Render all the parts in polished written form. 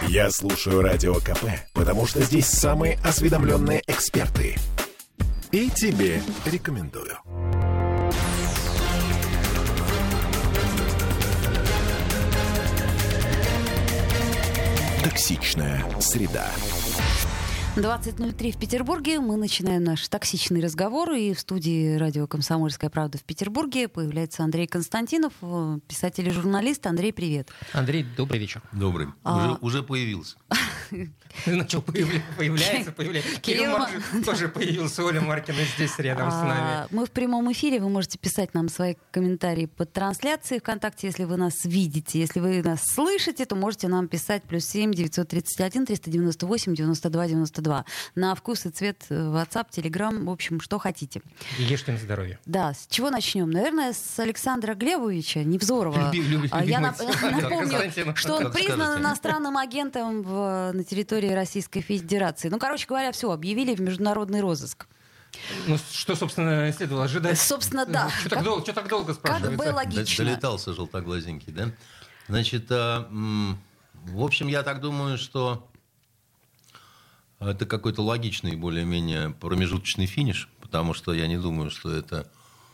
Я слушаю Радио КП, потому что здесь самые осведомленные эксперты. И тебе рекомендую. Токсичная среда. 20:03 в Петербурге. Мы начинаем наш токсичный разговор. И в студии радио «Комсомольская правда» в Петербурге появляется Андрей Константинов, писатель и журналист. Андрей, привет. Андрей, добрый вечер. Добрый. Уже появился. Начал появляется. Кирилл Маржин тоже появился. Оля Маркина здесь рядом с нами. Мы в прямом эфире. Вы можете писать нам свои комментарии под трансляцией ВКонтакте, если вы нас видите. Если вы нас слышите, то можете нам писать +7 931 398 92 92. На вкус и цвет WhatsApp, Telegram, в общем, что хотите. И ешьте на здоровье. Да, с чего начнем? Наверное, с Александра Глебовича Невзорова. Я напомню, что он признан иностранным агентом на территории Российской Федерации. Ну, короче говоря, все, объявили в международный розыск. Ну, что, собственно, следовало ожидать? Собственно, да. Что так долго спрашивается? Как бы логично. Долетался желтоглазенький, да? Значит, в общем, я так думаю, что это какой-то логичный, более-менее промежуточный финиш, потому что я не думаю, что это,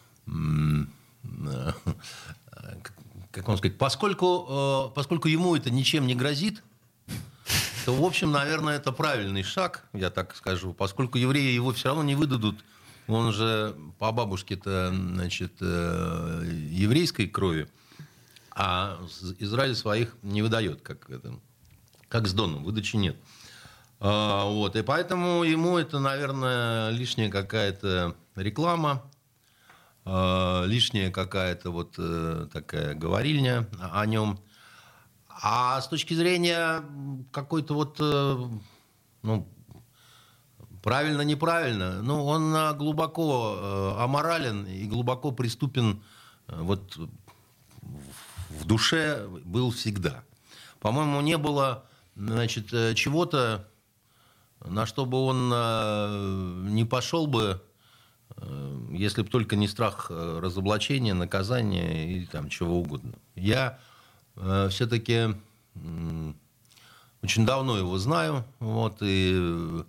как вам сказать, поскольку ему это ничем не грозит, то, в общем, наверное, это правильный шаг, я так скажу, поскольку евреи его все равно не выдадут, он же по бабушке-то, значит, еврейской крови, а Израиль своих не выдает, как с Доном, выдачи нет. Вот, и поэтому ему это, наверное, лишняя какая-то реклама, лишняя какая-то вот такая говорильня о нем. А с точки зрения какой-то вот, ну, правильно-неправильно, ну, он глубоко аморален и глубоко преступен вот в душе был всегда. По-моему, не было, значит, чего-то, на что бы он не пошел бы, если бы только не страх разоблачения, наказания и там чего угодно. Я все-таки очень давно его знаю, вот, и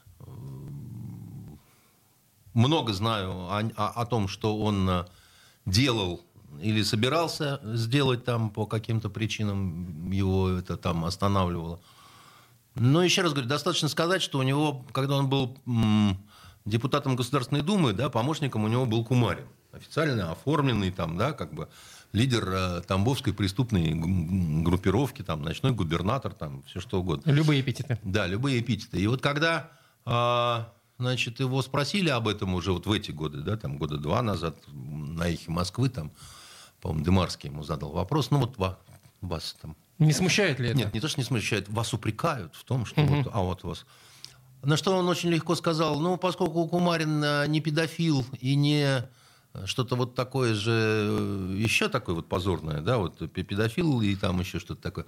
много знаю о том, что он делал или собирался сделать там по каким-то причинам, его это там останавливало. Но еще раз говорю, достаточно сказать, что у него, когда он был депутатом Государственной Думы, да, помощником у него был Кумарин, официально оформленный там, да, как бы лидер Тамбовской преступной группировки, там, ночной губернатор, там, все что угодно. Любые эпитеты. Да, любые эпитеты. И вот когда, значит, его спросили об этом уже вот в эти годы, да, там, года 2 назад на «Эхе Москвы», там, по-моему, Дымарский ему задал вопрос, ну вот вас там... Не смущает ли это? Нет, не то, что не смущает. Вас упрекают в том, что вот вас... На что он очень легко сказал, ну, поскольку Кумарин не педофил и не что-то вот такое же, еще такое вот позорное, да, вот педофил и там еще что-то такое,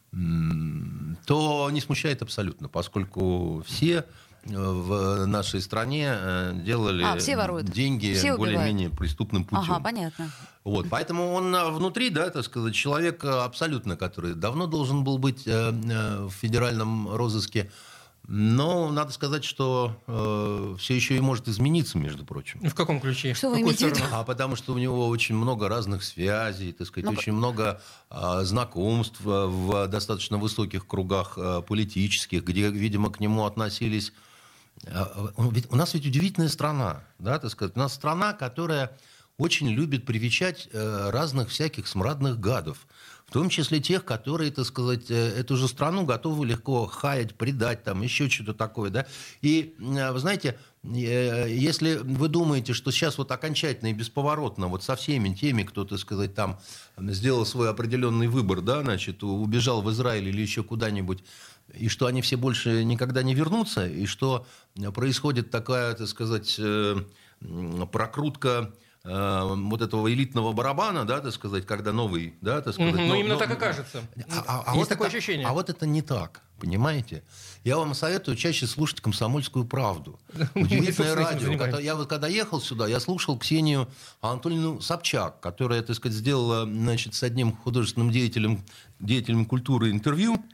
то не смущает абсолютно, поскольку все в нашей стране делали деньги все более-менее преступным путем. Ага, понятно. Вот, поэтому он внутри, да, так сказать, человек абсолютно, который давно должен был быть в федеральном розыске, но надо сказать, что все еще и может измениться, между прочим. В каком ключе? Что вы имеете в виду? Потому что у него очень много разных связей, так сказать, очень много знакомств в достаточно высоких кругах политических, где, видимо, к нему относились... У нас ведь удивительная страна, да, так сказать. У нас страна, которая очень любит привечать разных всяких смрадных гадов. В том числе тех, которые, так сказать, эту же страну готовы легко хаять, предать, там, еще что-то такое, да. И, вы знаете, если вы думаете, что сейчас вот окончательно и бесповоротно вот со всеми теми, кто, так сказать, там сделал свой определенный выбор, да, значит, убежал в Израиль или еще куда-нибудь, и что они все больше никогда не вернутся, и что происходит такая, так сказать, прокрутка вот этого элитного барабана, да, так сказать, когда новый, да, так сказать. Ну, именно так и кажется. Есть вот такое это, ощущение. А вот это не так, понимаете? Я вам советую чаще слушать «Комсомольскую правду». Удивительное радио. Я вот когда ехал сюда, я слушал Ксению Анатольевну Собчак, которая, так сказать, сделала, значит, с одним художественным деятелем культуры интервью.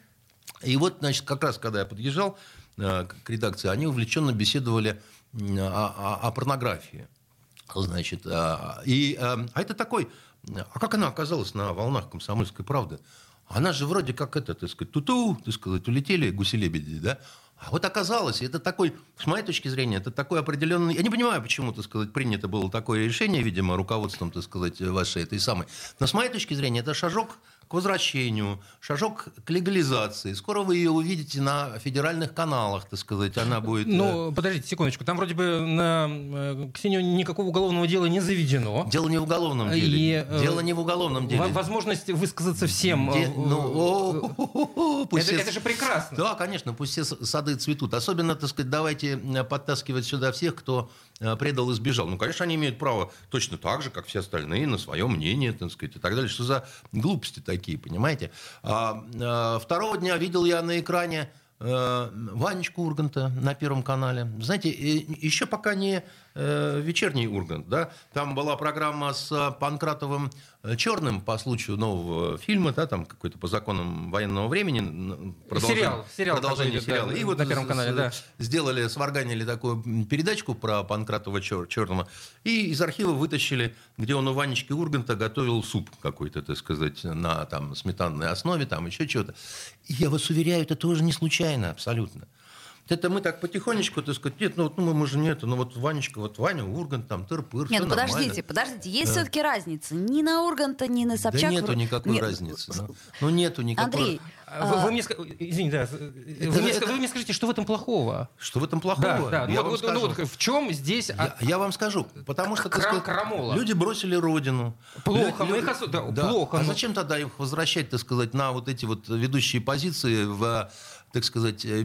И вот, значит, как раз, когда я подъезжал к редакции, они увлеченно беседовали о порнографии. Значит, а это такой... А как она оказалась на волнах «Комсомольской правды»? Она же вроде как это, так сказать, ту-ту, так сказать, улетели гуси-лебеди, да? А вот оказалось, это такой, с моей точки зрения, это такой определенный... Я не понимаю, почему, так сказать, принято было такое решение, видимо, руководством, так сказать, вашей этой самой. Но с моей точки зрения, это шажок к возвращению, шажок к легализации. Скоро вы ее увидите на федеральных каналах, так сказать, она будет... Ну, подождите секундочку, там вроде бы на Ксению никакого уголовного дела не заведено. Дело не в уголовном деле. Дело не в уголовном деле. Возможность высказаться всем... Это же прекрасно. Да, конечно, пусть все сады цветут. Особенно, так сказать, давайте подтаскивать сюда всех, кто предал и сбежал. Ну, конечно, они имеют право точно так же, как все остальные, на свое мнение, так сказать, и так далее. Что за глупости такие, понимаете? Второго дня видел я на экране Ванечку Урганта на Первом канале. Знаете, еще пока не вечерний Ургант, да, там была программа с Панкратовым Черным по случаю нового фильма, да, там какой-то по законам военного времени. Продолжение сериала. И вот на Первом канале, да. Сделали, сварганили такую передачку про Панкратова Черного, и из архива вытащили, где он у Ванечки Урганта готовил суп какой-то, так сказать, на там сметанной основе, там еще что-то. И я вас уверяю, это тоже не случайно абсолютно. Это мы так потихонечку, так сказать, нет, ну мы же нет, ну вот Ванечка, вот Ваня, Ургант, там, тыр-пыр, нет, ну подождите, есть все-таки разница. Ни на Урганта, ни на Собчак. Да нету никакой разницы. Ну нету никакой. Андрей, вы мне скажите, что в этом плохого? Что в этом плохого? Да. В чем здесь... Я вам скажу, потому что, так сказать, люди бросили родину. Плохо, плохо. А зачем тогда их возвращать, так сказать, на вот эти вот ведущие позиции в, так сказать, в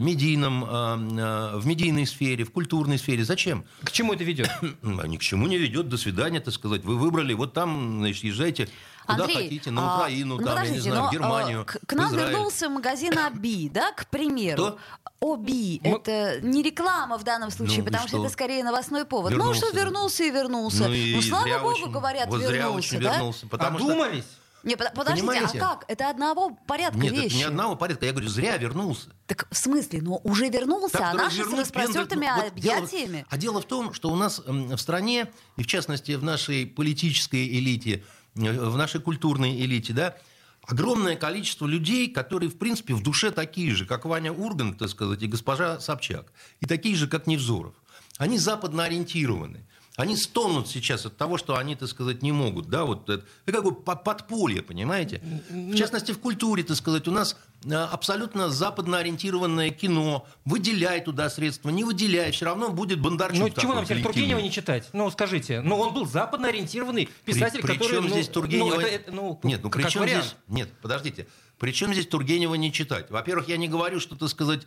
медийной сфере, в культурной сфере? Зачем? К чему это ведет? Ни к чему не ведет. До свидания, так сказать. Вы выбрали, вот там, значит, езжайте куда хотите, на Украину, там, я не знаю, в Германию, к нам вернулся магазин Оби, да, к примеру. Оби, это не реклама в данном случае, потому что это скорее новостной повод. Ну что, вернулся и вернулся. Ну, слава богу, говорят, вернулся, да? Одумались? Не, подождите, понимаете? А как? Это одного порядка вещи. Нет, это не одного порядка. Я говорю, зря вернулся. Так в смысле? Но уже вернулся, так, а наши с распростертыми объятиями? Дело в том, что у нас в стране, и в частности в нашей политической элите, в нашей культурной элите, да, огромное количество людей, которые, в принципе, в душе такие же, как Ваня Ургант, так сказать, и госпожа Собчак, и такие же, как Невзоров. Они западно ориентированы. Они стонут сейчас от того, что они, так сказать, не могут. Да, вот это как бы подполье, понимаете? В частности, в культуре, так сказать, у нас абсолютно западно ориентированное кино. Выделяй туда средства, не выделяй, все равно будет Бондарчук. Ну, чего нам теперь Тургенева не читать? Ну, скажите. Ну, он был западно ориентированный писатель, который... Причем здесь Тургенева... Нет, причем здесь... Нет, подождите. Причем здесь Тургенева не читать? Во-первых, я не говорю, что, так сказать,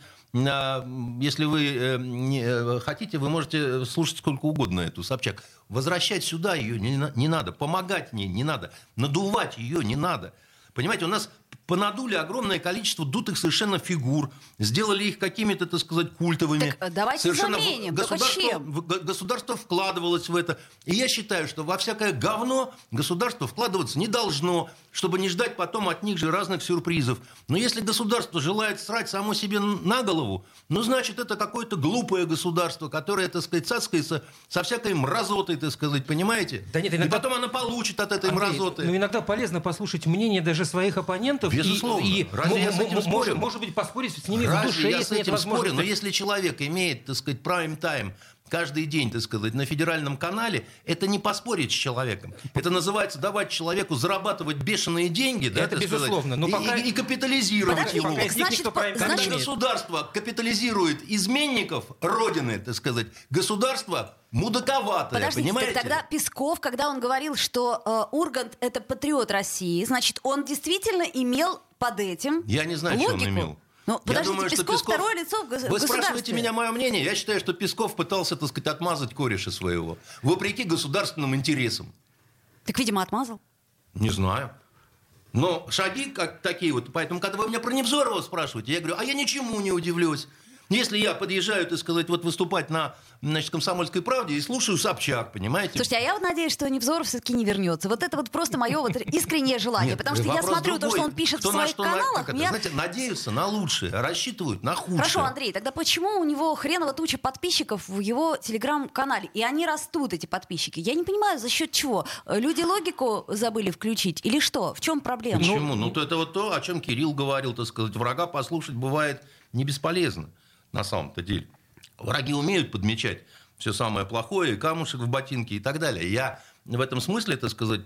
если вы не хотите, вы можете слушать сколько угодно эту Собчак. Возвращать сюда ее не надо, помогать ней не надо, надувать ее не надо. Понимаете, у нас понадули огромное количество дутых совершенно фигур, сделали их какими-то, так сказать, культовыми. Так давайте заменим, государство вкладывалось в это. И я считаю, что во всякое говно государство вкладываться не должно, чтобы не ждать потом от них же разных сюрпризов. Но если государство желает срать само себе на голову, ну, значит, это какое-то глупое государство, которое, так сказать, цацкается со всякой мразотой, так сказать, понимаете? Да нет, иногда... И потом она получит от этой мразоты. Ну, иногда полезно послушать мнение даже своих оппонентов. Безусловно. И может быть, поспорить с ними в душе, если нет возможности. Но если человек имеет, так сказать, прайм-тайм каждый день, так сказать, на федеральном канале, это не поспорить с человеком. Это называется давать человеку зарабатывать бешеные деньги, да, это безусловно, но пока... и капитализировать его. Значит, государство капитализирует изменников Родины, так сказать, государство мудаковатое, подождите, понимаете? Тогда Песков, когда он говорил, что Ургант — это патриот России, значит, он действительно имел под этим Я не знаю, логику. что он имел. Ну, подождите, Песков второе лицо в государстве. Вы спрашиваете меня мое мнение? Я считаю, что Песков пытался, так сказать, отмазать кореша своего, вопреки государственным интересам. Так, видимо, отмазал. Не знаю. Но шаги как такие вот. Поэтому, когда вы меня про Невзорова спрашиваете, я говорю, а я ничему не удивлюсь. Если я подъезжаю, так сказать, вот выступать на, значит, «Комсомольской правде» и слушаю Собчак, понимаете? Слушайте, а я вот надеюсь, что Невзоров все-таки не вернется. Вот это вот просто мое вот искреннее желание. Нет, потому что я смотрю то, что он пишет в своих каналах. Знаете, надеются на лучшее, рассчитывают на худшее. Хорошо, Андрей, тогда почему у него хреново туча подписчиков в его телеграм-канале? И они растут, эти подписчики. Я не понимаю, за счет чего? Люди логику забыли включить или что? В чем проблема? Почему? Ну, это вот то, о чем Кирилл говорил, так сказать. Врага послушать бывает не бесполезно. На самом-то деле. Враги умеют подмечать все самое плохое, камушек в ботинке и так далее. Я в этом смысле, так сказать,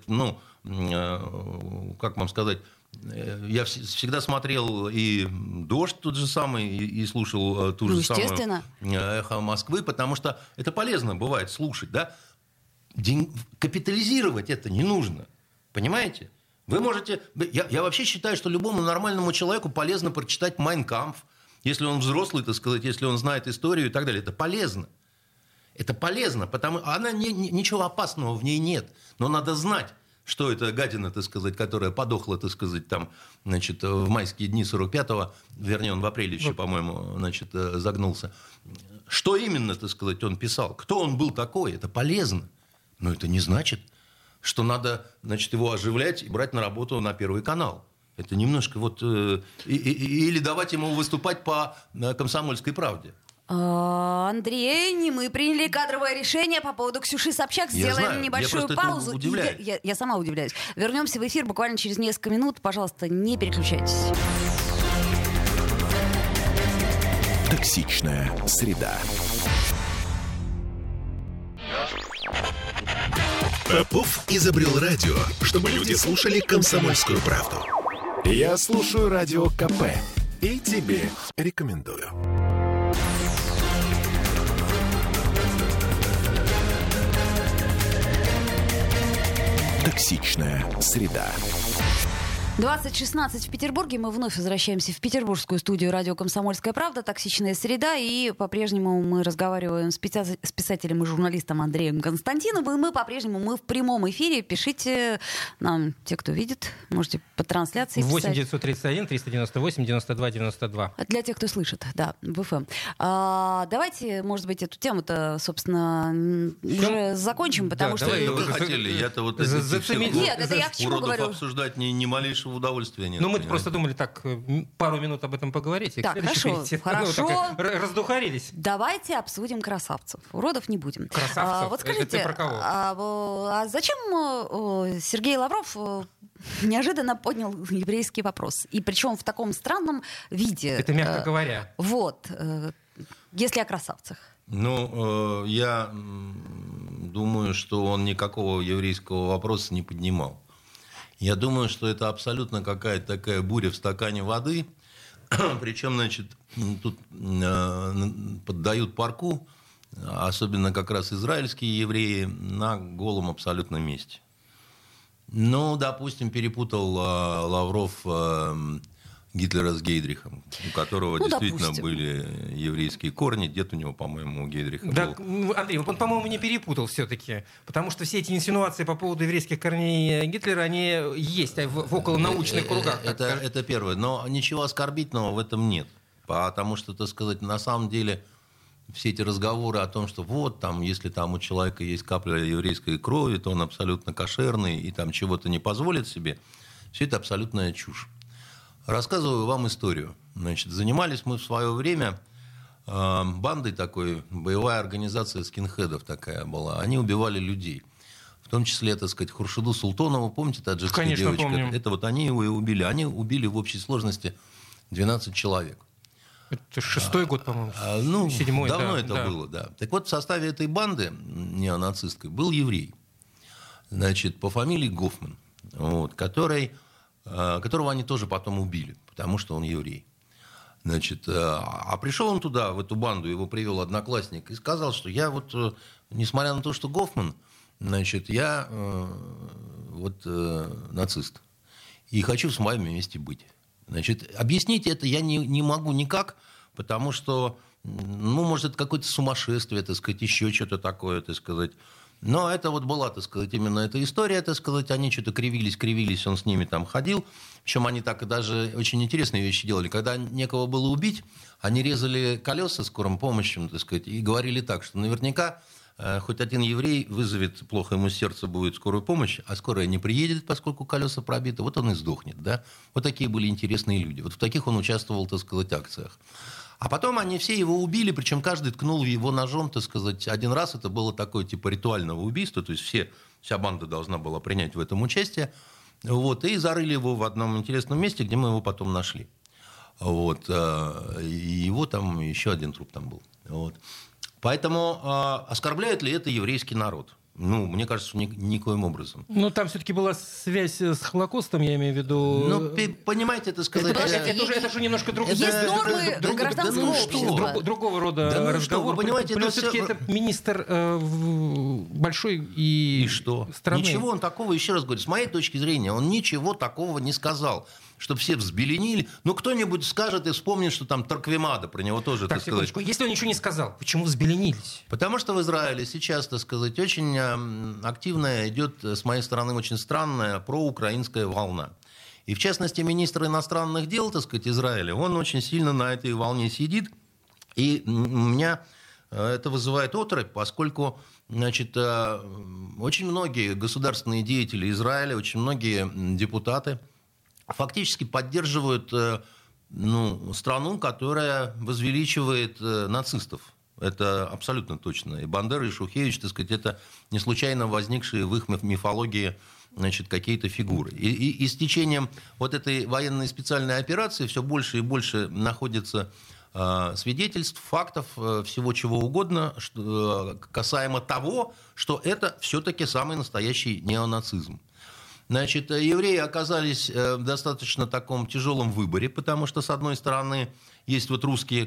как вам сказать, я всегда смотрел и «Дождь» тот же самый, и слушал ту же самую «Эхо Москвы», потому что это полезно бывает слушать, да? Капитализировать это не нужно, понимаете? Вы можете... Я вообще считаю, что любому нормальному человеку полезно прочитать «Майн кампф», если он взрослый, так сказать, если он знает историю и так далее. Это полезно. Это полезно, потому что ничего опасного в ней нет. Но надо знать, что это гадина, так сказать, которая подохла, так сказать, там, значит, в майские дни 45-го, вернее, он в апреле еще, по-моему, значит, загнулся. Что именно, так сказать, он писал? Кто он был такой? Это полезно. Но это не значит, что надо, значит, его оживлять и брать на работу на Первый канал. Это немножко вот... или давать ему выступать по «Комсомольской правде». Андрей, не мы приняли кадровое решение по поводу Ксюши Собчак. Сделаем небольшую паузу. Я сама удивляюсь. Вернемся в эфир буквально через несколько минут. Пожалуйста, не переключайтесь. Токсичная среда. Попов изобрел радио, чтобы люди слушали «Комсомольскую правду». Я слушаю Радио КП и тебе рекомендую. Токсичная среда. 20:16 в Петербурге. Мы вновь возвращаемся в петербургскую студию радио «Комсомольская правда», «Токсичная среда». И по-прежнему мы разговариваем с писателем и журналистом Андреем Константиновым. И мы по-прежнему в прямом эфире. Пишите нам, те, кто видит, можете по трансляции писать. 8 931 398 92 92. Для тех, кто слышит, да, в ФМ. Давайте, может быть, эту тему-то, собственно, уже закончим, потому что... Вы хотели, я-то вот... Нет, это я к чему говорю. Обсуждать ни малейшего удовольствия нет. Ну, мы просто думали так пару минут об этом поговорить. И так, хорошо. Раздухарились. Давайте обсудим красавцев. Уродов не будем. Красавцев? Вот скажите, это про кого? А зачем Сергей Лавров неожиданно поднял еврейский вопрос? И причем в таком странном виде. Это мягко говоря. Вот. Если о красавцах. Ну, я думаю, что он никакого еврейского вопроса не поднимал. Я думаю, что это абсолютно какая-то такая буря в стакане воды. Причем, значит, тут поддают парку, особенно как раз израильские евреи, на голом абсолютном месте. Ну, допустим, перепутал Лавров Гитлера с Гейдрихом, у которого действительно были еврейские корни. Дед у него, по-моему, у Гейдриха был. Андрей, он, по-моему, не перепутал все-таки. Потому что все эти инсинуации по поводу еврейских корней Гитлера, они есть в околонаучных кругах. Это первое. Но ничего оскорбительного в этом нет. Потому что, так сказать, на самом деле все эти разговоры о том, что вот там, если там у человека есть капля еврейской крови, то он абсолютно кошерный и там чего-то не позволит себе, все это абсолютная чушь. Рассказываю вам историю. Значит, занимались мы в свое время бандой такой, боевая организация скинхедов такая была. Они убивали людей. В том числе, так сказать, Хуршиду Султонову, помните, таджикская девочка? Помню. Это вот они его и убили. Они убили в общей сложности 12 человек. Это 6-й год, по-моему. 7-й, давно это было, да. Так вот, в составе этой банды неонацистской был еврей. Значит, по фамилии Гофман. Вот, которого они тоже потом убили, потому что он еврей. Значит, а пришел он туда, в эту банду, его привел одноклассник и сказал, что я вот, несмотря на то, что Гофман, значит, я нацист. И хочу с вами вместе быть. Значит, объяснить это я не могу никак, потому что, может, это какое-то сумасшествие, так сказать, еще что-то такое, так сказать. Но это вот была, так сказать, именно эта история, так сказать, они что-то кривились, он с ними там ходил. Причем они так даже очень интересные вещи делали. Когда некого было убить, они резали колеса скорым помощью, так сказать, и говорили так, что наверняка хоть один еврей вызовет, плохо ему сердце будет, скорую помощь, а скорая не приедет, поскольку колеса пробиты, вот он и сдохнет. Да? Вот такие были интересные люди. Вот в таких он участвовал, так сказать, акциях. А потом они все его убили, причем каждый ткнул его ножом, так сказать, один раз. Это было такое типа ритуального убийства, то есть вся банда должна была принять в этом участие. Вот, и зарыли его в одном интересном месте, где мы его потом нашли. Вот, и его там еще один труп там был. Вот. Поэтому оскорбляет ли это еврейский народ? Ну, мне кажется, никоим образом. Ну, там все-таки была связь с Холокостом, я имею в виду. Ну, понимаете, это сказать... Это же немножко другое. Есть нормы гражданского общества. Другого рода разговор. Вы понимаете, плюс все-таки это министр большой и что? Страны. Ничего он такого, еще раз говорю, с моей точки зрения, он ничего такого не сказал. Чтобы все взбеленили. Ну, кто-нибудь скажет и вспомнит, что там Торквемада, про него тоже, так сказать. Если он ничего не сказал, почему взбеленились? Потому что в Израиле сейчас, так сказать, очень активная идет, с моей стороны, очень странная проукраинская волна. И, в частности, министр иностранных дел, так сказать, Израиля, он очень сильно на этой волне сидит. И у меня это вызывает оторопь, поскольку, значит, очень многие государственные деятели Израиля, очень многие депутаты фактически поддерживают страну, которая возвеличивает нацистов. Это абсолютно точно. И Бандера, и Шухевич, так сказать, это не случайно возникшие в их мифологии, значит, какие-то фигуры. И с течением вот этой военной специальной операции все больше и больше находится свидетельств, фактов, всего чего угодно, касаемо того, что это все-таки самый настоящий неонацизм. Значит, евреи оказались в достаточно таком тяжелом выборе, потому что, с одной стороны, есть вот русские,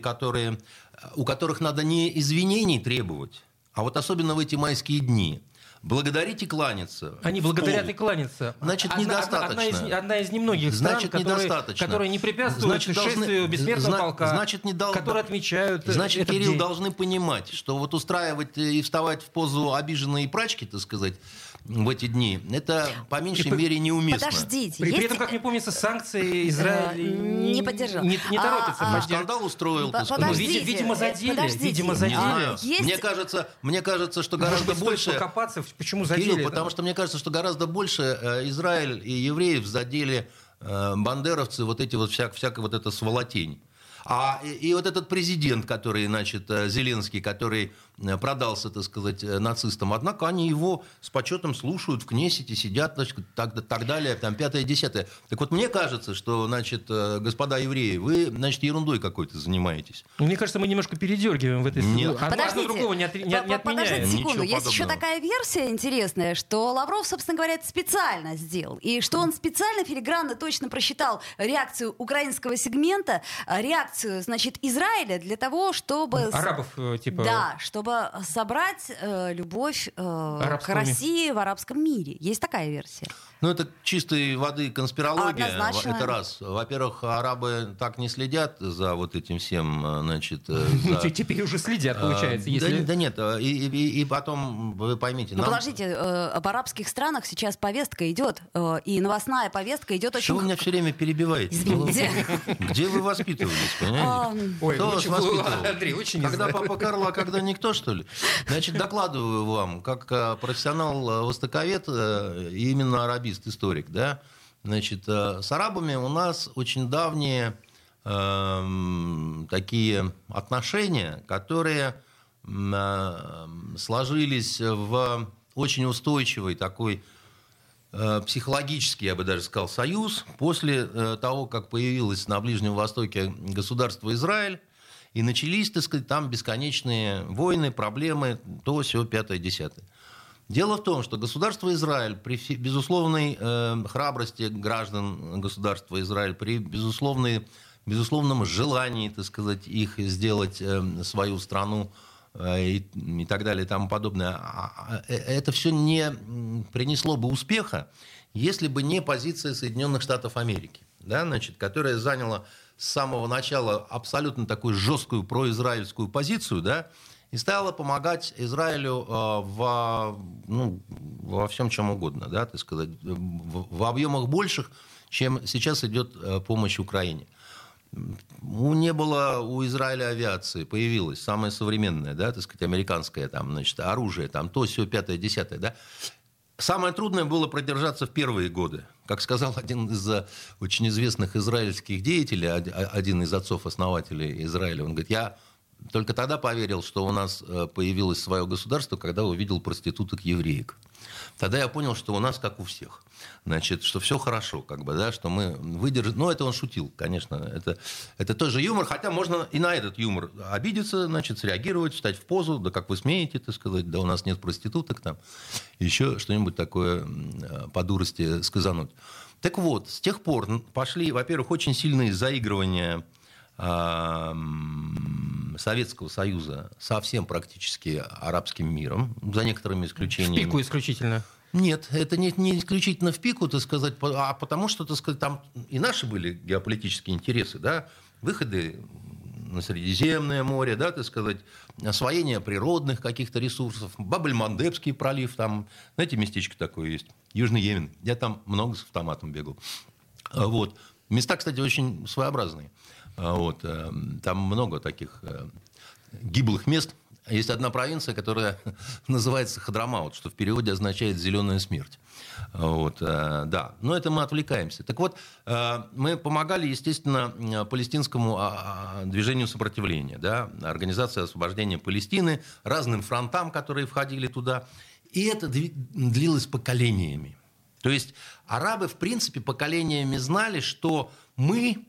у которых надо не извинений требовать, а вот особенно в эти майские дни. Благодарить и кланяться. Они благодарят и кланятся. Значит, недостаточно. Одна из немногих стран, которые не препятствуют шествию бессмертного полка, которые отмечают Значит, этот Кирилл, день. должны понимать, что вот устраивать и вставать в позу обиженной прачки, так сказать, в эти дни, это по меньшей мере неуместно. Подождите. При этом, как мне помнится, санкции Израиль не поддержал. Не торопится поддержать. Скандал устроил, так сказать. Видимо, задели. Мне кажется, что гораздо больше... Почему задели? Кирилл, потому что мне кажется, что гораздо больше Израиль и евреев задели бандеровцы, вот эти вот всякая вот эта сволотень. И вот этот президент, который, значит, Зеленский, который продался, так сказать, нацистам, однако они его с почетом слушают в Кнессете, сидят, значит, так далее, там, 5-10. Так вот, мне кажется, что, значит, господа евреи, вы, значит, ерундой какой-то занимаетесь. Мне кажется, мы немножко передергиваем в этой ситуации. Одно другого не отменяет. Подождите секунду, Ничего есть еще такая версия интересная, что Лавров, собственно говоря, это специально сделал, и что он специально филигранно точно просчитал реакцию украинского сегмента, реакцию, значит, Израиля для того, чтобы... Арабов, типа... Да, чтобы собрать любовь к России в арабском мире. Есть такая версия. Ну, это чистой воды конспирология. Однозначно. Это раз. Во-первых, арабы так не следят за вот этим всем, значит... Теперь уже следят, получается. Да нет, и потом, вы поймите... Подождите, в арабских странах сейчас повестка идет, и новостная повестка идет очень... Что вы меня все время перебиваете? Извините. Где вы воспитывались, понимаете? Ой, Кто вас воспитывал? Андрей, очень не Когда знаю. папа Карло, а когда никто, что ли? Значит, докладываю вам, как профессионал-востоковед, именно арабист, историк, да? Значит, с арабами у нас очень давние такие отношения, которые сложились в очень устойчивый такой психологический, я бы даже сказал, союз после того, как появилось на Ближнем Востоке государство Израиль, и начались, так сказать, там бесконечные войны, проблемы, то, сё, 5-10. Дело в том, что государство Израиль при безусловной храбрости граждан государства Израиль, при безусловном желании, так сказать, их сделать свою страну и так далее и тому подобное, это все не принесло бы успеха, если бы не позиция Соединенных Штатов Америки, да, значит, которая заняла с самого начала абсолютно такую жесткую произраильскую позицию, да, и стала помогать Израилю во всем, чем угодно, да, так сказать, в объемах больших, чем сейчас идет помощь Украине. Не было у Израиля авиации, появилась самая современная, да, так сказать, американское там, значит, оружие, там, то, сё, 5-е, 10-е, да. Самое трудное было продержаться в первые годы. Как сказал один из очень известных израильских деятелей, один из отцов-основателей Израиля, он говорит, я только тогда поверил, что у нас появилось свое государство, когда увидел проституток-евреек. Тогда я понял, что у нас как у всех. Значит, что все хорошо, как бы, да, что мы выдержим. Ну, это он шутил, конечно. Это тоже юмор, хотя можно и на этот юмор обидеться, значит, среагировать, встать в позу, да как вы смеете, так сказать, да у нас нет проституток там, еще что-нибудь такое по дурости сказануть. Так вот, с тех пор пошли, во-первых, очень сильные заигрывания Советского Союза со всем практически арабским миром, за некоторыми исключениями. В пику исключительно. Нет, это не исключительно в пику, так сказать, а потому что, так сказать, там и наши были геополитические интересы, да, выходы на Средиземное море, да, так сказать, освоение природных каких-то ресурсов, Баб-эль-Мандебский пролив, там, знаете, местечко такое есть, Южный Йемен, я там много с автоматом бегал. Вот. Места, кстати, очень своеобразные. Вот. Там много таких гиблых мест. Есть одна провинция, которая называется Хадрамаут, что в переводе означает «зеленая смерть». Вот, да. Но это мы отвлекаемся. Так вот, мы помогали, естественно, палестинскому движению сопротивления, да, Организации освобождения Палестины, разным фронтам, которые входили туда. И это длилось поколениями. То есть арабы, в принципе, поколениями знали, что мы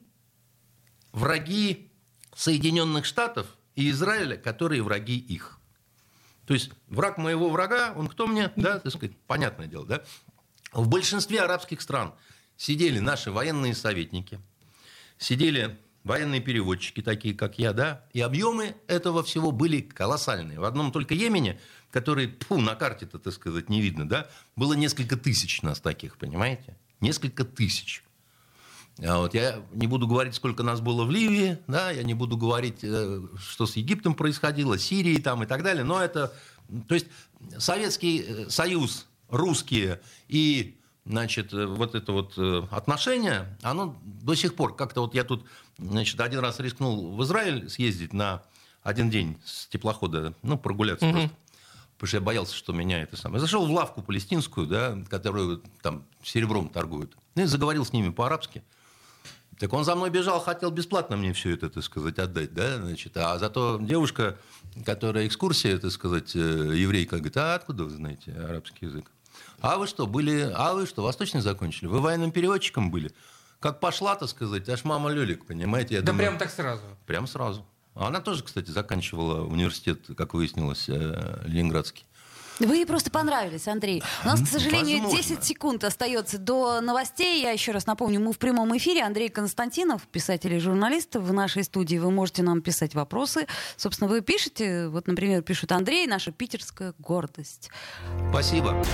враги Соединенных Штатов и Израиля, которые враги их. То есть враг моего врага, он кто мне? Да, так сказать, понятное дело, да? В большинстве арабских стран сидели наши военные советники, сидели военные переводчики, такие как я, да, и объемы этого всего были колоссальные. В одном только Йемене, который, на карте-то, так сказать, не видно, да, было несколько тысяч нас таких, понимаете? Несколько тысяч. Вот, я не буду говорить, сколько нас было в Ливии, да, я не буду говорить, что с Египтом происходило, Сирией там и так далее, но это, то есть Советский Союз, русские и, значит, вот это вот отношение, оно до сих пор, как-то вот я тут, значит, один раз рискнул в Израиль съездить на один день с теплохода, ну, прогуляться просто. Потому что я боялся, что меня это самое. Я зашел в лавку палестинскую, да, которую там серебром торгуют, и заговорил с ними по-арабски. Так он за мной бежал, хотел бесплатно мне все это, так сказать, отдать, да, значит. А зато девушка, которая экскурсия, так сказать, еврейка, говорит, а откуда вы знаете арабский язык? А вы что, восточный закончили? Вы военным переводчиком были? Как пошла, так сказать, аж мама Лёлик, понимаете? Я да думаю, прям так сразу? Прям сразу. Она тоже, кстати, заканчивала университет, как выяснилось, ленинградский. Вы ей просто понравились, Андрей. У нас, к сожалению, Возможно. 10 секунд остается до новостей. Я еще раз напомню, мы в прямом эфире. Андрей Константинов, писатель и журналист в нашей студии. Вы можете нам писать вопросы. Собственно, вы пишете, вот, например, пишет Андрей, наша питерская гордость. Спасибо.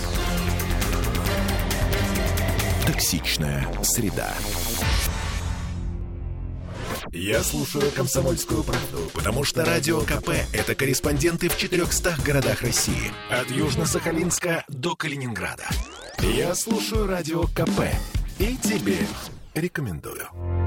Токсичная среда. Я слушаю «Комсомольскую правду», потому что Радио КП – это корреспонденты в 400 городах России. От Южно-Сахалинска до Калининграда. Я слушаю Радио КП и тебе рекомендую.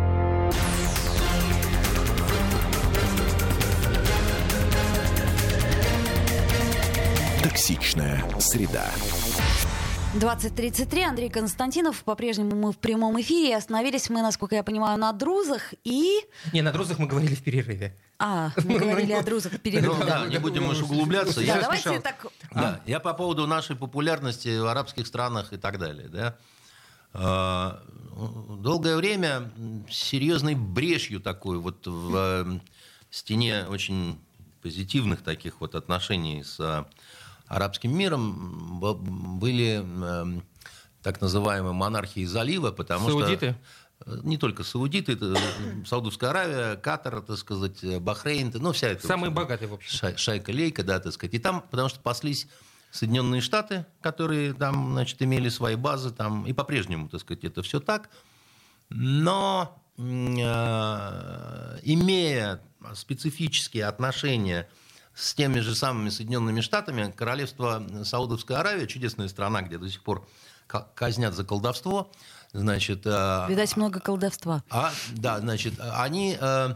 Токсичная среда. 20:33. Андрей Константинов. По-прежнему мы в прямом эфире. Остановились мы, насколько я понимаю, на друзах и... Не, на друзах мы говорили в перерыве. Мы говорили о друзах в перерыве. Ну, да, не будем уж углубляться. Да, давайте так... Да, я по поводу нашей популярности в арабских странах и так далее. Да. Долгое время серьезной брешью такой вот в стене очень позитивных таких вот отношений с арабским миром были так называемые монархии залива, потому Саудиты? что... Не только саудиты, это Саудовская Аравия, Катар, так сказать, Бахрейн, ну вся эта... Самые богатые, в общем. Шайка-лейка, да, так сказать. И там, потому что паслись Соединенные Штаты, которые там, значит, имели свои базы, там, и по-прежнему, так сказать, это все так. Но имея специфические отношения с теми же самыми Соединенными Штатами, королевство Саудовская Аравия, чудесная страна, где до сих пор казнят за колдовство, значит... Видать, много колдовства. Да, значит, они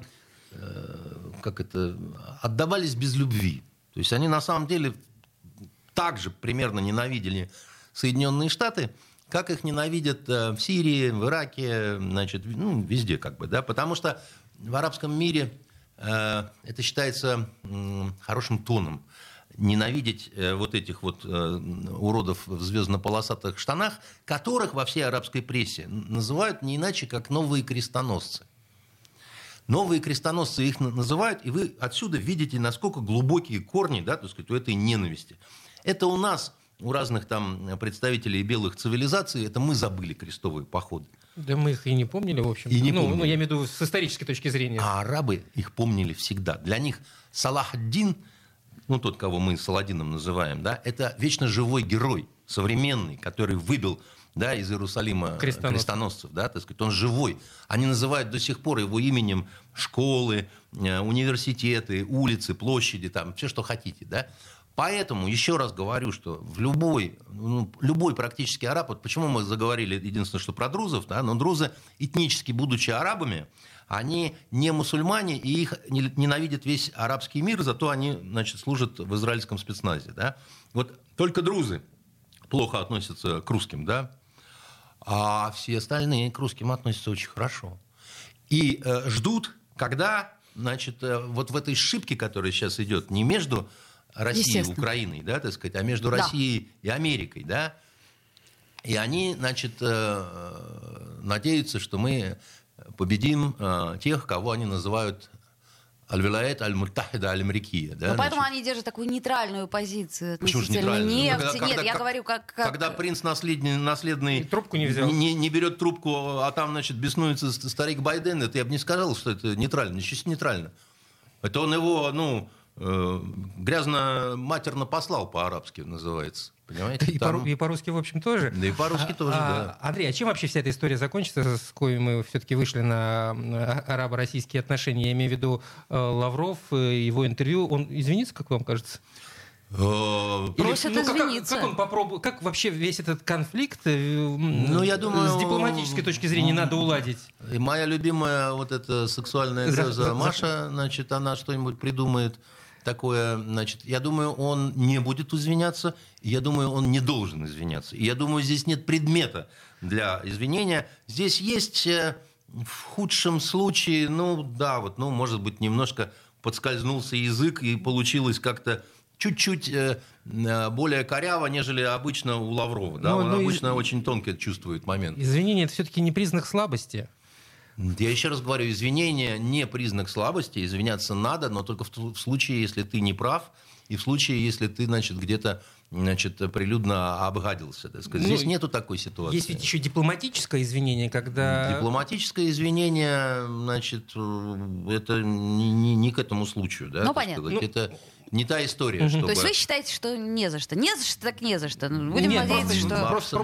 отдавались без любви. То есть они на самом деле также примерно ненавидели Соединенные Штаты, как их ненавидят в Сирии, в Ираке, значит, везде как бы, да, потому что в арабском мире это считается хорошим тоном. Ненавидеть вот этих вот уродов в звездно-полосатых штанах, которых во всей арабской прессе называют не иначе, как новые крестоносцы. Новые крестоносцы их называют, и вы отсюда видите, насколько глубокие корни, да, так сказать, у этой ненависти. Это у нас, у разных там представителей белых цивилизаций, это мы забыли крестовые походы. Да мы их и не помнили, в общем. И не помнили. Я имею в виду с исторической точки зрения. А арабы их помнили всегда. Для них Салах ад-Дин, тот, кого мы Саладином называем, да, это вечно живой герой, современный, который выбил, да, из Иерусалима крестоносцев, да, так сказать, он живой. Они называют до сих пор его именем школы, университеты, улицы, площади, там, все, что хотите, да. Поэтому, еще раз говорю, что в любой практически араб, вот почему мы заговорили единственное, что про друзов, да, но друзы, этнически будучи арабами, они не мусульмане, и их ненавидит весь арабский мир, зато они, значит, служат в израильском спецназе, да. Вот только друзы плохо относятся к русским, да, а все остальные к русским относятся очень хорошо. И ждут, когда, значит, вот в этой сшибке, которая сейчас идет, не между Россией и Украиной, да, так сказать, а между Россией и Америкой, да, и они, значит, надеются, что мы победим тех, кого они называют Аль-Вилаят Аль-Муттахида Аль-Амрикия. Да, поэтому они держат такую нейтральную позицию относительно нефти. Нет, я говорю, как... Когда принц наследный трубку не взял. Не берет трубку, а там, значит, беснуется старик Байден, это я бы не сказал, что это нейтрально, чисто нейтрально. Это он его, грязно-матерно послал, по-арабски называется. Понимаете? И по-русски, в общем, тоже. Да и по-русски тоже, да. Андрей, а чем вообще вся эта история закончится, с коей мы все-таки вышли на арабо-российские отношения? Я имею в виду Лавров, его интервью. Он извинится, как вам кажется? Просят извиниться. Как он попробует, как вообще весь этот конфликт я думаю, с дипломатической точки зрения надо уладить? И моя любимая вот эта сексуальная греза Маша, значит, она что-нибудь придумает такое, значит, я думаю, он не будет извиняться, и я думаю, он не должен извиняться. И я думаю, здесь нет предмета для извинения. Здесь есть в худшем случае, может быть, немножко подскользнулся язык, и получилось как-то чуть-чуть более коряво, нежели обычно у Лаврова. Да? Он обычно очень тонко чувствует момент. Извинение – это все-таки не признак слабости. Я еще раз говорю, извинение не признак слабости, извиняться надо, но только в случае, если ты не прав, и в случае, если ты, значит, где-то, значит, прилюдно обгадился. Так сказать. Здесь нету такой ситуации. Есть ведь еще дипломатическое извинение, когда... Дипломатическое извинение, значит, это не к этому случаю. Да, понятно. Это не та история, чтобы... То есть вы считаете, что не за что? Не за что, так не за что. Будем надеяться, что...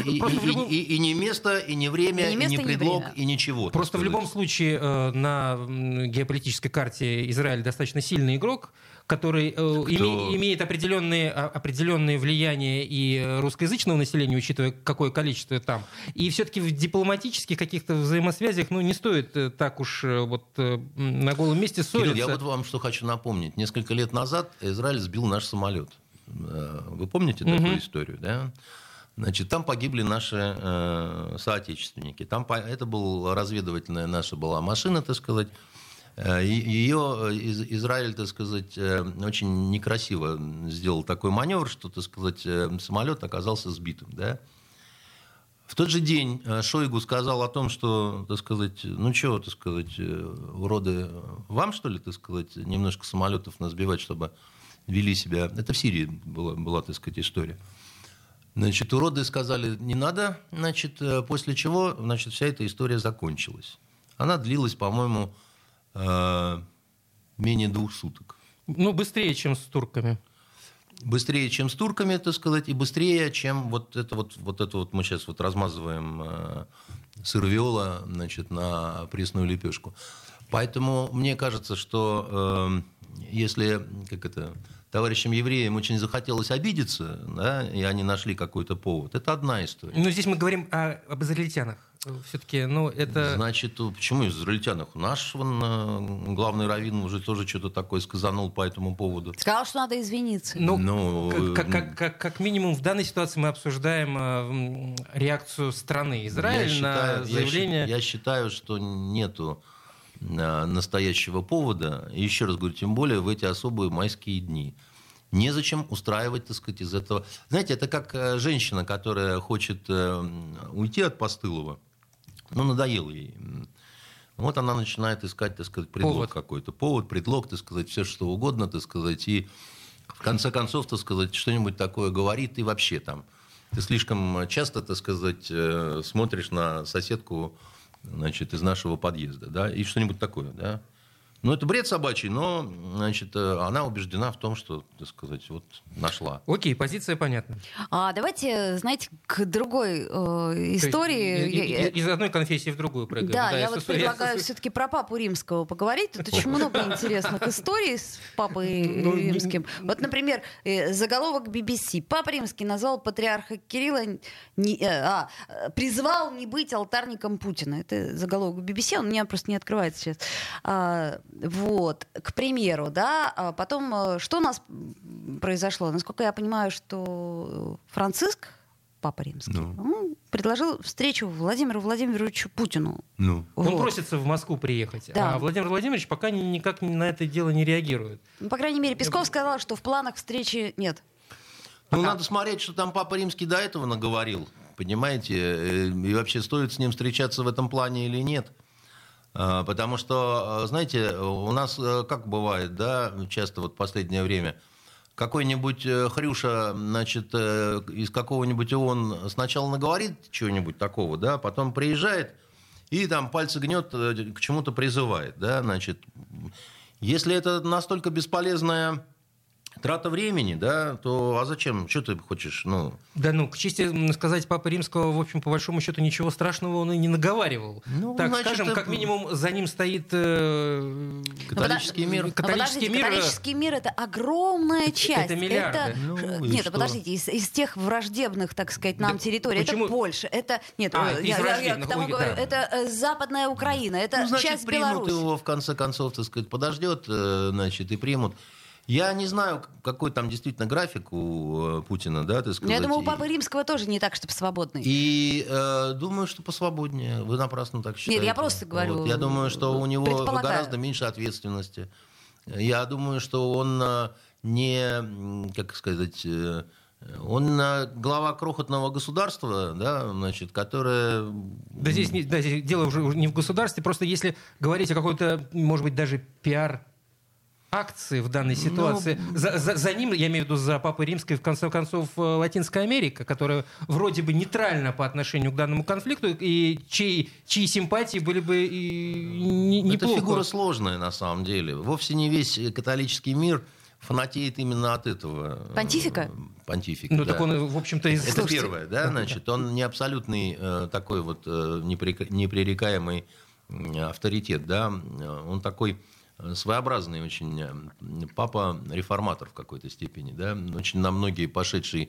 И не место, и не время, и не предлог, и ничего. Просто в любом случае на геополитической карте Израиль достаточно сильный игрок, который имеет определенные влияния и русскоязычного населения, учитывая, какое количество там. И все-таки в дипломатических каких-то взаимосвязях не стоит так уж на голом месте ссориться. Кирилл, я вот вам что хочу напомнить. Несколько лет назад Израиль сбил наш самолет. Вы помните такую историю, да? Значит, там погибли наши соотечественники. Это была разведывательная наша была машина, так сказать. Ее Израиль, так сказать, очень некрасиво сделал такой маневр, что, так сказать, самолет оказался сбитым. Да? В тот же день Шойгу сказал о том, что, так сказать, так сказать, уроды, вам, что ли, так сказать, немножко самолетов насбивать, чтобы вели себя... Это в Сирии была, так сказать, история. Значит, уроды сказали, не надо, значит, после чего, значит, вся эта история закончилась. Она длилась, по-моему, менее 2 суток. Быстрее, чем с турками. Быстрее, чем с турками, так сказать, и быстрее, чем вот это мы сейчас размазываем сыр виола, значит, на пресную лепешку. Поэтому мне кажется, что если товарищам евреям очень захотелось обидеться, да, и они нашли какой-то повод, это одна история. Но здесь мы говорим об израильтянах. Все-таки, это... Значит, почему израильтянах? Наш главный раввин уже тоже что-то такое сказанул по этому поводу. Сказал, что надо извиниться. Как минимум в данной ситуации мы обсуждаем реакцию страны Израиль на заявление... Я считаю, что нету настоящего повода. И еще раз говорю, тем более в эти особые майские дни. Незачем устраивать, так сказать, из этого... Знаете, это как женщина, которая хочет уйти от постылого. Надоело ей. Вот она начинает искать, так сказать, предлог какой-то. Повод, предлог, так сказать, все что угодно, так сказать. И в конце концов, так сказать, что-нибудь такое говорит. И вообще там ты слишком часто, так сказать, смотришь на соседку, значит, из нашего подъезда, да, и что-нибудь такое, да. Это бред собачий, но, значит, она убеждена в том, что, так сказать, вот нашла. Окей, позиция понятна. Давайте, знаете, к другой истории. Из одной конфессии в другую прыгаем. Да, я предлагаю все-таки про Папу Римского поговорить. Тут очень много интересных историй с Папой Римским. Вот, например, заголовок BBC. Папа Римский назвал патриарха Кирилла... призвал не быть алтарником Путина. Это заголовок BBC, он у меня просто не открывается сейчас. Вот, к примеру, да, потом, что у нас произошло? Насколько я понимаю, что Франциск, Папа Римский, он предложил встречу Владимиру Владимировичу Путину. Он просится в Москву приехать, а Владимир Владимирович пока никак на это дело не реагирует. По крайней мере, Песков сказал, что в планах встречи нет. Надо смотреть, что там Папа Римский до этого наговорил, понимаете, и вообще стоит с ним встречаться в этом плане или нет. Потому что, знаете, у нас как бывает, да, часто вот в последнее время, какой-нибудь хрюша, значит, из какого-нибудь ООН сначала наговорит чего-нибудь такого, да, потом приезжает и там пальцы гнет, к чему-то призывает, да, значит. Если это настолько бесполезная трата времени, да, то зачем? Что ты хочешь? К чести сказать, Папа Римского, в общем, по большому счету, ничего страшного он и не наговаривал. Скажем, как минимум, за ним стоит католический мир. Католический мир — это огромная часть. Это миллиарды. Нет, подождите, из тех враждебных, так сказать, нам территорий. Почему? Это Польша, это... Нет, я к тому говорю, это Западная Украина, это часть Беларуси. Примут его, в конце концов, так сказать, подождет, значит, и примут. Я не знаю, какой там действительно график у Путина, да, так сказать. Я думаю, у Папы Римского тоже не так, чтобы свободный. И думаю, что посвободнее. Вы напрасно так считаете. Нет, я просто говорю. Я думаю, что у него гораздо меньше ответственности. Я думаю, что он не, как сказать, он глава крохотного государства, да, значит, которое... Да здесь дело уже не в государстве, просто если говорить о какой-то, может быть, даже акции в данной ситуации. За ним, я имею в виду за Папой Римской, в конце концов, Латинская Америка, которая вроде бы нейтральна по отношению к данному конфликту, и чьи симпатии были бы неплохо. Это фигура сложная, на самом деле. Вовсе не весь католический мир фанатеет именно от этого. Понтифика? Понтифика, так он, в общем-то... Это первое, да, значит, он не абсолютный такой вот непререкаемый авторитет, да, он такой... своеобразный очень папа-реформатор в какой-то степени, да, очень на многие пошедшие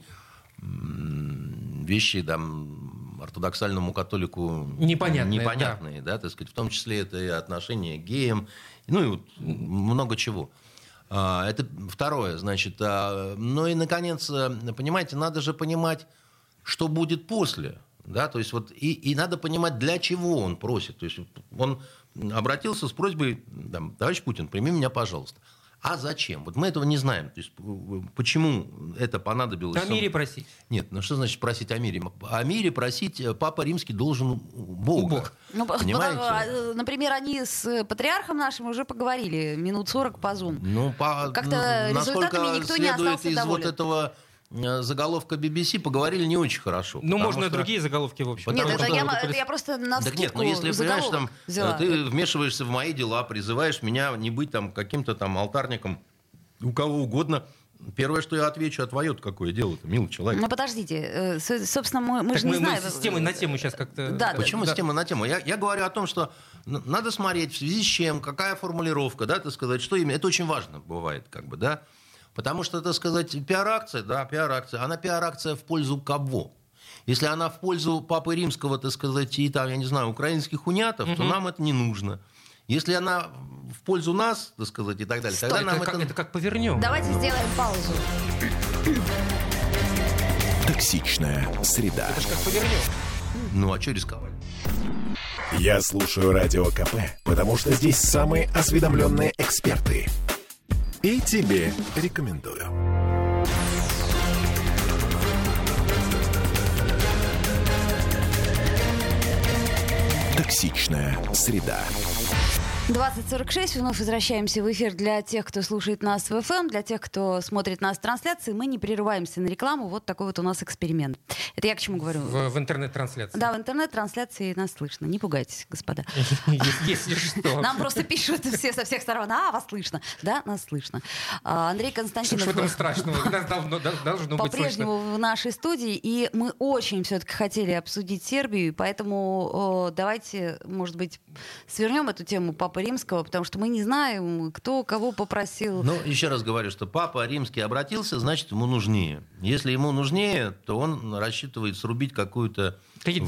вещи, там, ортодоксальному католику непонятные, да, так сказать, в том числе это и отношение к геям, и вот много чего. Это второе, значит, и, наконец, понимаете, надо же понимать, что будет после, да, то есть вот, и надо понимать, для чего он просит, то есть он обратился с просьбой, там, товарищ Путин, прими меня, пожалуйста. А зачем? Вот мы этого не знаем. То есть, почему это понадобилось? О мире просить. Нет, что значит просить о мире? О мире просить Папа Римский должен Бога. Понимаете? Например, они с патриархом нашим уже поговорили минут 40 по Zoom. Как-то результатами никто не остался доволен. Вот этого заголовка BBC поговорили не очень хорошо. Можно и другие заголовки, в общем. Нет, это я просто на вскидку. Так нет, если, понимаешь, там, ты вмешиваешься в мои дела, призываешь меня не быть там каким-то там алтарником у кого угодно, Первое, что я отвечу, а твое-то какое дело-то, милый человек? Ну, подождите. Собственно, мы же не знаем. Мы с темы на тему сейчас как-то... Да, Почему с темы на тему? Я говорю о том, что надо смотреть, в связи с чем, какая формулировка, да, так сказать, что именно. Это очень важно бывает, как бы, да. Потому что, так сказать, пиар-акция, она пиар-акция в пользу кого? Если она в пользу Папы Римского, так сказать, и там, я не знаю, украинских унятов, то нам это не нужно. Если она в пользу нас, так сказать, и так далее, тогда нам это как повернем. Давайте сделаем паузу. Токсичная среда. Это ж как повернем. Ну, а что рисковать? Я слушаю Радио КП, потому что здесь самые осведомленные эксперты. И тебе рекомендую. Токсичная среда. 20:46. Вновь возвращаемся в эфир для тех, кто слушает нас в ФМ, для тех, кто смотрит нас в трансляции. Мы не прерываемся на рекламу. Вот такой вот у нас эксперимент. Это я к чему говорю? В интернет-трансляции. Да, в интернет-трансляции нас слышно. Не пугайтесь, господа. Если что. Нам просто пишут все со всех сторон. Вас слышно. Да, нас слышно. Андрей Константинов... Что в этом страшного? Нас должно быть слышно. По-прежнему в нашей студии. И мы очень все-таки хотели обсудить Сербию. Поэтому давайте, может быть, свернем эту тему Папы Римского, потому что мы не знаем, кто кого попросил. Ну, еще раз говорю, что Папа Римский обратился, значит, ему нужнее. Если ему нужнее, то он рассчитывает срубить какой-то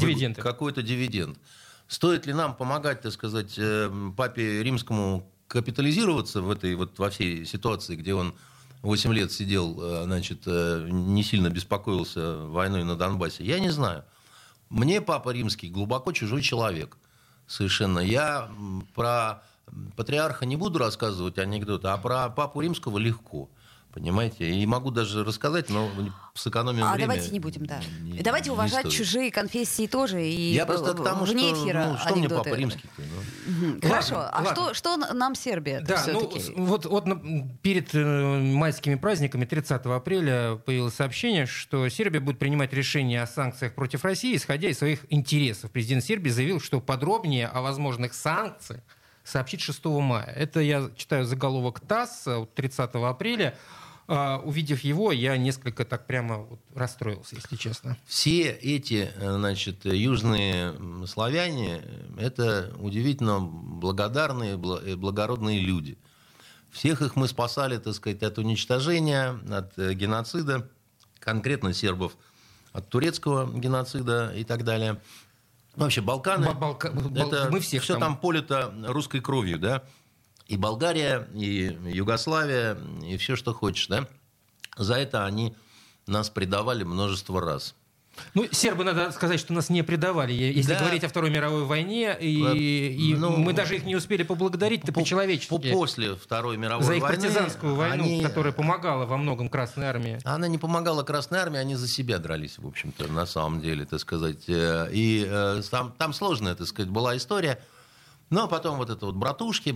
дивиденд. Стоит ли нам помогать, так сказать, Папе Римскому капитализироваться во всей ситуации, где он 8 лет сидел, значит, не сильно беспокоился войной на Донбассе? Я не знаю. Мне Папа Римский глубоко чужой человек. Совершенно. Я про патриарха не буду рассказывать анекдоты, а про Папу Римского легко. Понимаете? И могу даже рассказать, но сэкономим время. Давайте не будем, да. И давайте уважать чужие конфессии тоже. И я просто к тому, вне эфира что мне Папа Римский-то? Хорошо. А что нам Сербия? Да, вот перед майскими праздниками 30 апреля появилось сообщение, что Сербия будет принимать решение о санкциях против России, исходя из своих интересов. Президент Сербии заявил, что подробнее о возможных санкциях сообщит 6 мая. Это я читаю заголовок ТАСС от 30 апреля. Увидев его, я несколько так прямо расстроился, если честно. Все эти, значит, южные славяне – это удивительно благодарные, благородные люди. Всех их мы спасали, так сказать, от уничтожения, от геноцида, конкретно сербов от турецкого геноцида и так далее. Вообще Балканы это мы всех все там полито русской кровью, да? И Болгария, и Югославия, и все, что хочешь, да? За это они нас предавали множество раз. Ну, сербы, надо сказать, что нас не предавали, если говорить о Второй мировой войне, и мы даже их не успели поблагодарить-то по-человечески. После Второй мировой войны. За их войны партизанскую войну, которая помогала во многом Красной Армии. Она не помогала Красной Армии, они за себя дрались, в общем-то, на самом деле, так сказать. И там сложная, так сказать, была история. Но потом вот это вот братушки.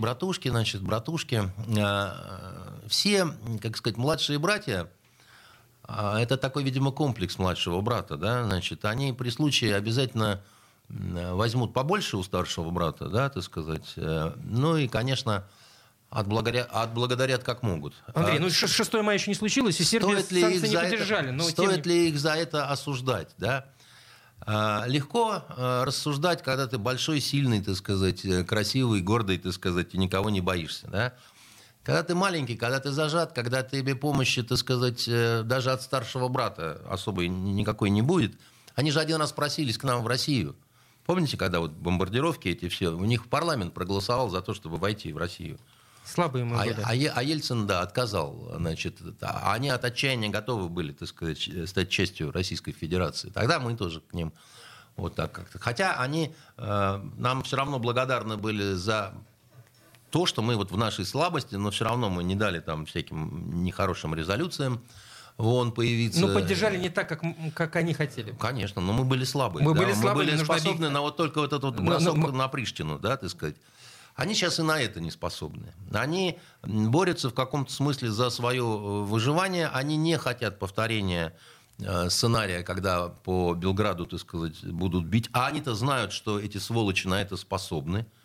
Все, как сказать, младшие братья, это такой, видимо, комплекс младшего брата, да, значит, они при случае обязательно возьмут побольше у старшего брата, да, так сказать, ну и, конечно, отблагодарят как могут. Андрей, 6 мая еще не случилось, и Сербия санкции не поддержали. Стоит ли их за это осуждать, да? Легко рассуждать, когда ты большой, сильный, так сказать, красивый, гордый, так сказать, и никого не боишься, да? Когда ты маленький, когда ты зажат, когда тебе помощи, так сказать, даже от старшего брата особой никакой не будет. Они же один раз просились к нам в Россию. Помните, когда вот бомбардировки эти все, у них парламент проголосовал за то, чтобы войти в Россию. Слабые мы были. А Ельцин, да, отказал. Значит, они от отчаяния готовы были, так сказать, стать частью Российской Федерации. Тогда мы тоже к ним вот так как-то. Хотя они нам все равно благодарны были за то, что мы вот в нашей слабости, но все равно мы не дали там всяким нехорошим резолюциям вон появиться. Но поддержали не так, как они хотели. Конечно, но мы были слабые. Мы были способны на вот только вот этот вот бросок на Приштину, да, так сказать. Они сейчас и на это не способны. Они борются в каком-то смысле за свое выживание. Они не хотят повторения сценария, когда по Белграду, так сказать, будут бить. А они-то знают, что эти сволочи на это способны.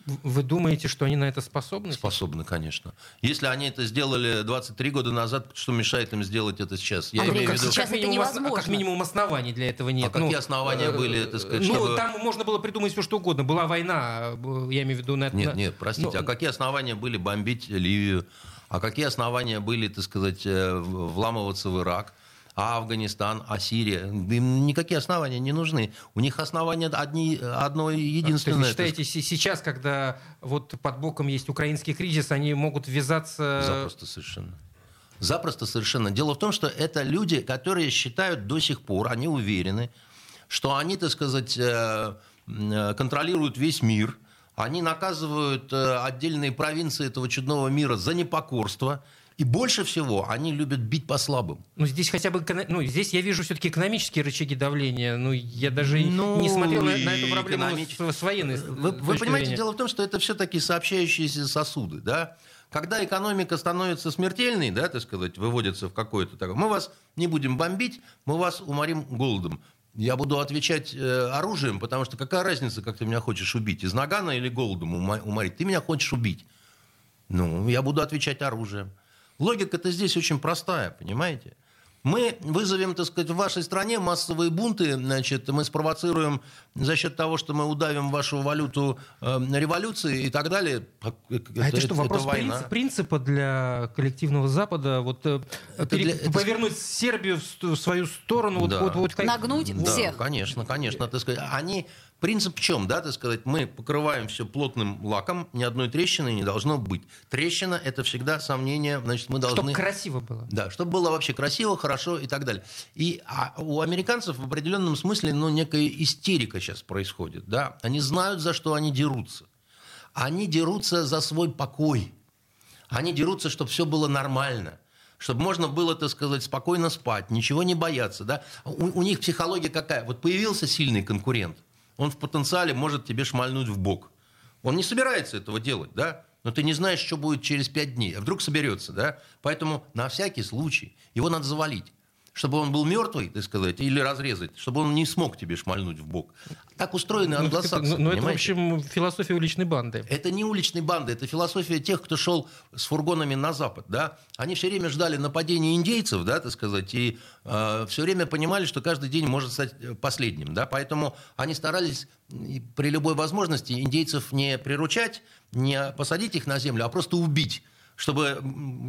Вы думаете, что они на это способны? Способны, конечно. Если они это сделали 23 года назад, что мешает им сделать это сейчас? Я Андрей, имею в виду... сейчас это невозможно. Как минимум оснований для этого нет. А какие основания были, так сказать, Ну, чтобы... там можно было придумать все, что угодно. Была война, я имею в виду... Нет, простите, а какие основания были бомбить Ливию? А какие основания были, так сказать, вламываться в Ирак? А Афганистан, а Сирия? Им никакие основания не нужны. У них основания одно единственное. То есть вы считаете, сейчас, когда вот под боком есть украинский кризис, они могут ввязаться... Запросто совершенно. Дело в том, что это люди, которые считают до сих пор, они уверены, что они, так сказать, контролируют весь мир, они наказывают отдельные провинции этого чудного мира за непокорство. И больше всего они любят бить по слабым. Ну, здесь хотя бы... Ну, здесь я вижу все-таки экономические рычаги давления. Ну, я даже не смотрел на эту проблему с военной Вы понимаете, дело в том, что это все-таки сообщающиеся сосуды, да? Когда экономика становится смертельной, да, так сказать, выводится в какое-то такое... Мы вас не будем бомбить, мы вас уморим голодом. Я буду отвечать оружием, потому что какая разница, как ты меня хочешь убить? Из нагана или голодом уморить? Ты меня хочешь убить. Ну, я буду отвечать оружием. Логика-то здесь очень простая, понимаете? Мы вызовем, так сказать, в вашей стране массовые бунты, значит, мы спровоцируем за счет того, что мы удавим вашу валюту революции и так далее. Это что, вопрос принципа для коллективного Запада? Вот повернуть Сербию в свою сторону? Да. Нагнуть всех? Да, конечно, так сказать. Принцип в чем, да, так сказать, мы покрываем все плотным лаком, ни одной трещины не должно быть. Трещина – это всегда сомнение, значит, мы должны... Чтобы красиво было. Да, чтобы было вообще красиво, хорошо и так далее. И у американцев в определенном смысле, некая истерика сейчас происходит, да. Они знают, за что они дерутся. Они дерутся за свой покой. Они дерутся, чтобы все было нормально. Чтобы можно было, так сказать, спокойно спать, ничего не бояться, да. У них психология какая? Вот появился сильный конкурент, он в потенциале может тебе шмальнуть в бок. Он не собирается этого делать, да? Но ты не знаешь, что будет через 5 дней. А вдруг соберется, да? Поэтому на всякий случай его надо завалить. Чтобы он был мертвый, так сказать, или разрезать, чтобы он не смог тебе шмальнуть в бок. Так устроены англосаксы. Но это, в общем, философия уличной банды. Это не уличной банды, это философия тех, кто шел с фургонами на запад. Да? Они все время ждали нападения индейцев, да, так сказать, и все время понимали, что каждый день может стать последним. Да? Поэтому они старались при любой возможности индейцев не приручать, не посадить их на землю, а просто убить. Чтобы,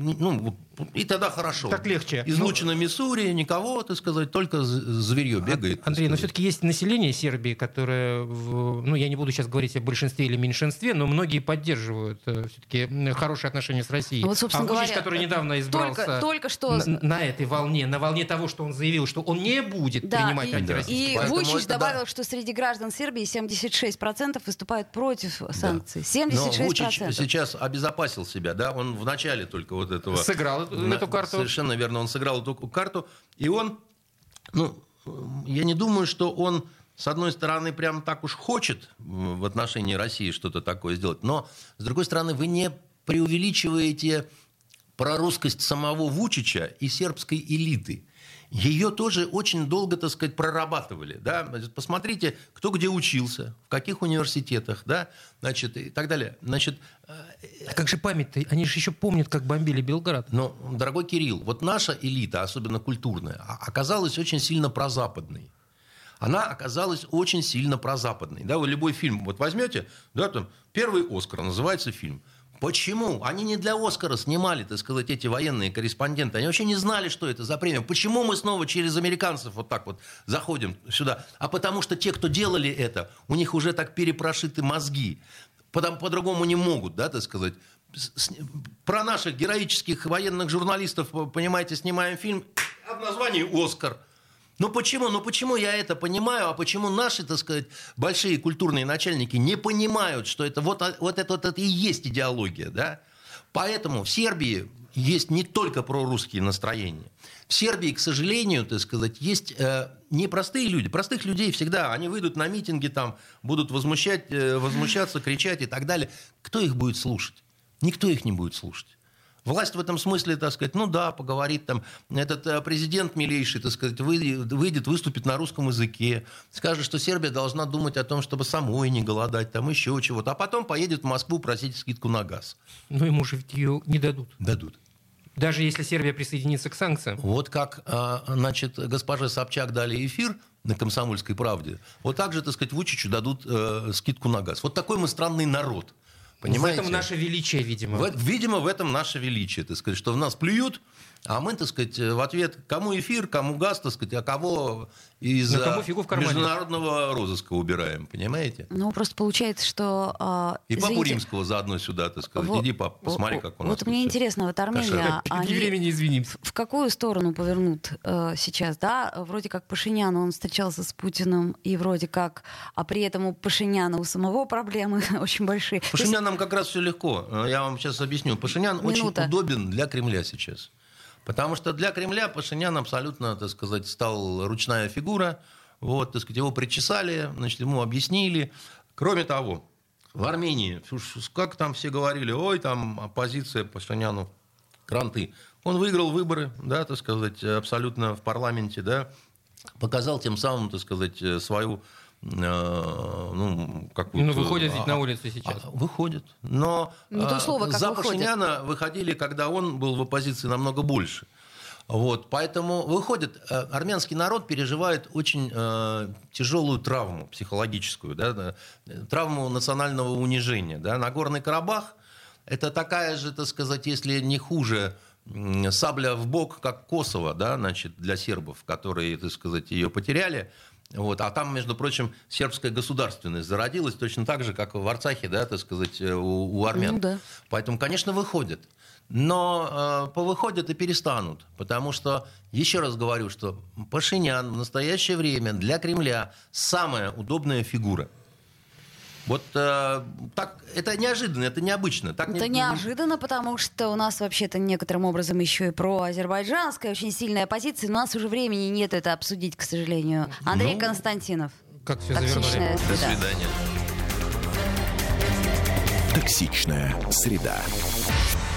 и тогда хорошо. Так легче. Излучено Миссури, никого, так сказать, только зверье бегает. Андрей, но все-таки есть население Сербии, которое, я не буду сейчас говорить о большинстве или меньшинстве, но многие поддерживают все-таки хорошие отношения с Россией. Вот, собственно Вучич, который недавно избрался только что... на этой волне, на волне того, что он заявил, что он не будет принимать антироссийские политики. И Вучич добавил, что среди граждан Сербии 76% выступают против санкций. 76%. Но Вучич сейчас обезопасил себя, да, он в начале только вот этого... Сыграл эту карту. Совершенно верно, он сыграл эту карту. И он, я не думаю, что он, с одной стороны, прям так уж хочет в отношении России что-то такое сделать. Но, с другой стороны, вы не преувеличиваете прорусскость самого Вучича и сербской элиты. Ее тоже очень долго, так сказать, прорабатывали. Да? Посмотрите, кто где учился, в каких университетах, да? Значит, и так далее. Значит, а как же память-то? Они же еще помнят, как бомбили Белград. Но, дорогой Кирилл, вот наша элита, особенно культурная, оказалась очень сильно прозападной. Она оказалась очень сильно прозападной. Да? Вы любой фильм вот возьмете, да, там, первый «Оскар» называется фильм. Почему? Они не для «Оскара» снимали, так сказать, эти военные корреспонденты. Они вообще не знали, что это за премия. Почему мы снова через американцев вот так вот заходим сюда? А потому что те, кто делали это, у них уже так перепрошиты мозги. По-другому не могут, да, так сказать. Про наших героических военных журналистов, понимаете, снимаем фильм, а в названии «Оскар». Почему я это понимаю, а почему наши, так сказать, большие культурные начальники не понимают, что это вот это и есть идеология, да? Поэтому в Сербии есть не только прорусские настроения. В Сербии, к сожалению, так сказать, есть непростые люди. Простых людей всегда, они выйдут на митинги, там, будут возмущаться, кричать и так далее. Кто их будет слушать? Никто их не будет слушать. Власть в этом смысле, так сказать, ну да, поговорит там, этот президент милейший, так сказать, выйдет, выступит на русском языке, скажет, что Сербия должна думать о том, чтобы самой не голодать, там еще чего-то, а потом поедет в Москву просить скидку на газ. Ну, ему же ее не дадут. Дадут. Даже если Сербия присоединится к санкциям. Вот как, значит, госпоже Собчак дали эфир на «Комсомольской правде», вот так же, так сказать, Вучичу дадут скидку на газ. Вот такой мы странный народ. Понимаете? В этом наше величие, видимо. Видимо, в этом наше величие, так сказать, что в нас плюют, а мы, так сказать, в ответ, кому эфир, кому газ, так сказать, а кого из международного розыска убираем, понимаете? Ну, просто получается, что... И Папу Римского заодно сюда, так сказать. Вот, иди, пап, посмотри, как у нас. Вот мне интересно, вот Армения... Они времени извинимся. В какую сторону повернут сейчас, да? Вроде как Пашинян, он встречался с Путиным, и вроде как... А при этом у Пашиняна у самого проблемы очень большие. Пашинян как раз все легко. Я вам сейчас объясню. Пашинян очень удобен для Кремля сейчас. Потому что для Кремля Пашинян абсолютно, так сказать, стал ручная фигура. Вот, так сказать, его причесали, значит, ему объяснили. Кроме того, в Армении, как там все говорили, ой, там оппозиция Пашиняну, кранты. Он выиграл выборы, да, так сказать, абсолютно в парламенте, да, показал тем самым, так сказать, свою... выходят ведь на улицу сейчас. Выходят. Но за Пашиняна выходили, когда он был в оппозиции, намного больше. Вот, поэтому выходит, армянский народ переживает очень тяжелую травму психологическую, да, травму национального унижения. Да. Нагорный Карабах – это такая же, так сказать, если не хуже, сабля в бок, как Косово, да, значит, для сербов, которые, так сказать, ее потеряли. Вот. А там, между прочим, сербская государственность зародилась точно так же, как в Арцахе, да, так сказать, у армян. Ну, да. Поэтому, конечно, выходят. Но повыходят и перестанут. Потому что, еще раз говорю, что Пашинян в настоящее время для Кремля самая удобная фигура. Вот так, это неожиданно, это необычно. Так это неожиданно, потому что у нас вообще-то некоторым образом еще и проазербайджанская очень сильная позиция. Но у нас уже времени нет это обсудить, к сожалению. Андрей Константинов. Как все завернули. До свидания. Токсичная среда.